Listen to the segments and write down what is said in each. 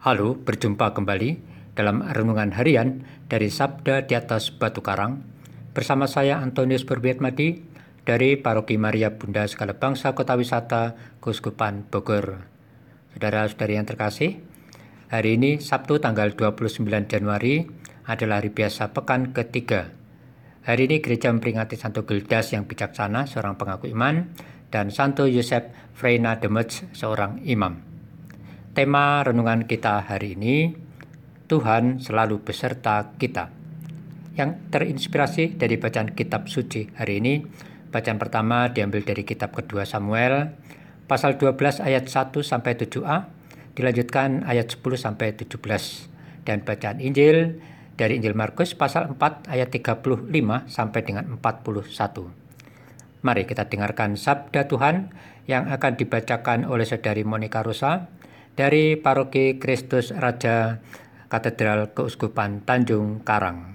Halo, berjumpa kembali dalam renungan harian dari Sabda di atas Batu Karang. Bersama saya Antonius Berbiatmadi dari Paroki Maria Bunda Segala Bangsa Kota Wisata Keuskupan Bogor. Saudara-saudari yang terkasih, hari ini Sabtu tanggal 29 Januari adalah hari biasa pekan ketiga. Hari ini gereja memperingati Santo Gildas yang bijaksana, seorang pengaku iman, dan Santo Yosef Freina Demets, seorang imam. Tema renungan kita hari ini, Tuhan selalu beserta kita. Yang terinspirasi dari bacaan kitab suci hari ini, bacaan pertama diambil dari kitab kedua Samuel, pasal 12 ayat 1 sampai 7a, dilanjutkan ayat 10 sampai 17, dan bacaan Injil dari Injil Markus pasal 4 ayat 35 sampai dengan 41. Mari kita dengarkan sabda Tuhan yang akan dibacakan oleh Saudari Monica Rosa dari Paroki Kristus Raja Katedral Keuskupan Tanjung Karang.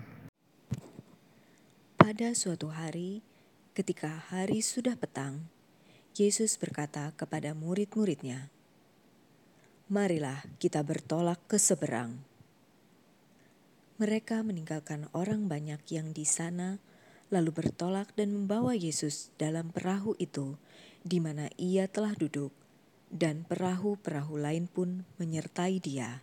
Pada suatu hari, ketika hari sudah petang, Yesus berkata kepada murid-muridnya, "Marilah kita bertolak ke seberang." Mereka meninggalkan orang banyak yang di sana, lalu bertolak dan membawa Yesus dalam perahu itu, di mana ia telah duduk, dan perahu-perahu lain pun menyertai dia.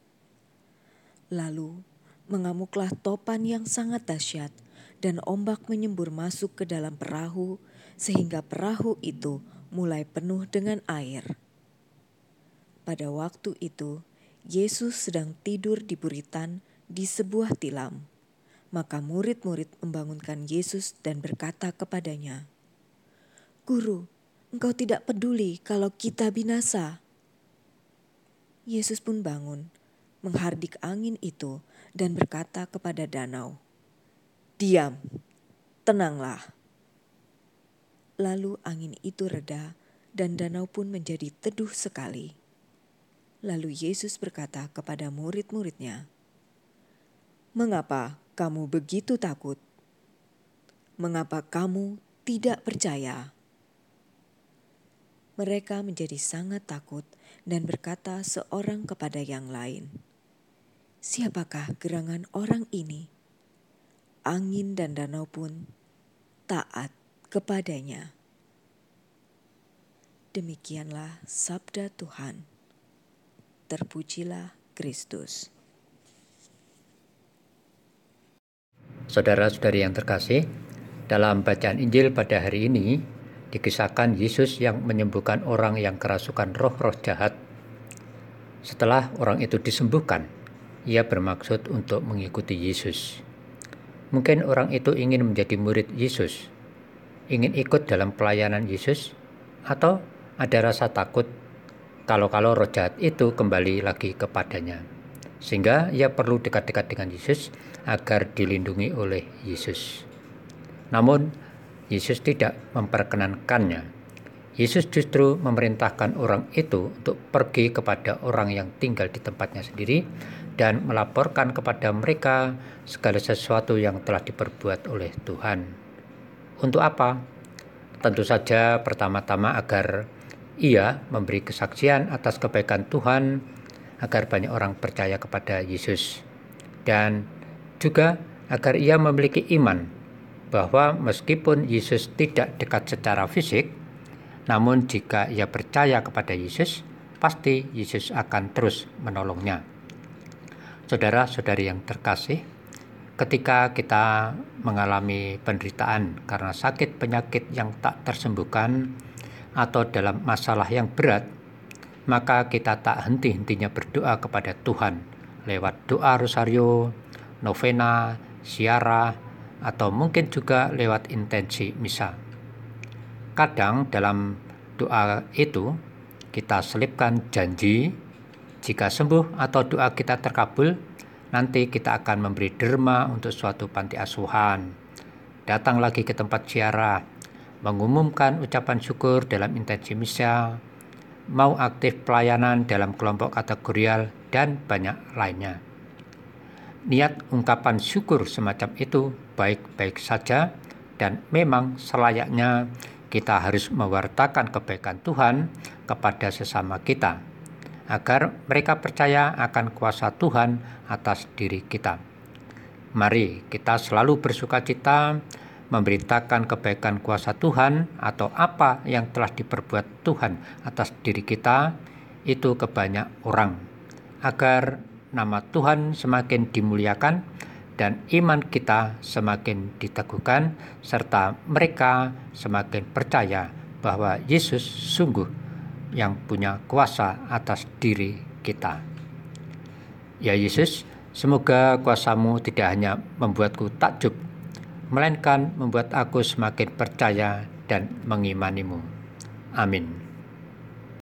Lalu mengamuklah topan yang sangat dahsyat, dan ombak menyembur masuk ke dalam perahu, sehingga perahu itu mulai penuh dengan air. Pada waktu itu, Yesus sedang tidur di buritan di sebuah tilam. Maka murid-murid membangunkan Yesus dan berkata kepadanya, "Guru, Engkau tidak peduli kalau kita binasa." Yesus pun bangun, menghardik angin itu dan berkata kepada danau, "Diam, tenanglah." Lalu angin itu reda dan danau pun menjadi teduh sekali. Lalu Yesus berkata kepada murid-muridnya, "Mengapa kamu begitu takut? Mengapa kamu tidak percaya?" Mereka menjadi sangat takut dan berkata seorang kepada yang lain, "Siapakah gerangan orang ini? Angin dan danau pun taat kepadanya." Demikianlah sabda Tuhan. Terpujilah Kristus. Saudara-saudari yang terkasih, dalam bacaan Injil pada hari ini dikisahkan Yesus yang menyembuhkan orang yang kerasukan roh-roh jahat. Setelah orang itu disembuhkan, ia bermaksud untuk mengikuti Yesus. Mungkin orang itu ingin menjadi murid Yesus, ingin ikut dalam pelayanan Yesus, atau ada rasa takut kalau roh jahat itu kembali lagi kepadanya. Sehingga ia perlu dekat-dekat dengan Yesus agar dilindungi oleh Yesus. Namun, Yesus tidak memperkenankannya. Yesus justru memerintahkan orang itu untuk pergi kepada orang yang tinggal di tempatnya sendiri dan melaporkan kepada mereka segala sesuatu yang telah diperbuat oleh Tuhan. Untuk apa? Tentu saja pertama-tama agar ia memberi kesaksian atas kebaikan Tuhan, agar banyak orang percaya kepada Yesus, dan juga agar ia memiliki iman bahwa meskipun Yesus tidak dekat secara fisik, namun jika ia percaya kepada Yesus, pasti Yesus akan terus menolongnya. Saudara-saudari yang terkasih, ketika kita mengalami penderitaan karena sakit penyakit yang tak tersembuhkan atau dalam masalah yang berat, maka kita tak henti-hentinya berdoa kepada Tuhan lewat doa rosario, novena, siara, atau mungkin juga lewat intensi misa. Kadang dalam doa itu kita selipkan janji, jika sembuh atau doa kita terkabul, nanti kita akan memberi derma untuk suatu panti asuhan, datang lagi ke tempat siara, mengumumkan ucapan syukur dalam intensi misa, mau aktif pelayanan dalam kelompok kategorial, dan banyak lainnya. Niat ungkapan syukur semacam itu baik-baik saja, dan memang selayaknya kita harus mewartakan kebaikan Tuhan kepada sesama kita. agar mereka percaya akan kuasa Tuhan atas diri kita. Mari kita selalu bersukacita memberitakan kebaikan kuasa Tuhan atau apa yang telah diperbuat Tuhan atas diri kita itu ke banyak orang, agar nama Tuhan semakin dimuliakan dan iman kita semakin diteguhkan, serta mereka semakin percaya bahwa Yesus sungguh yang punya kuasa atas diri kita. Ya Yesus, semoga kuasa-Mu tidak hanya membuatku takjub, melainkan membuat aku semakin percaya dan mengimani-Mu. Amin.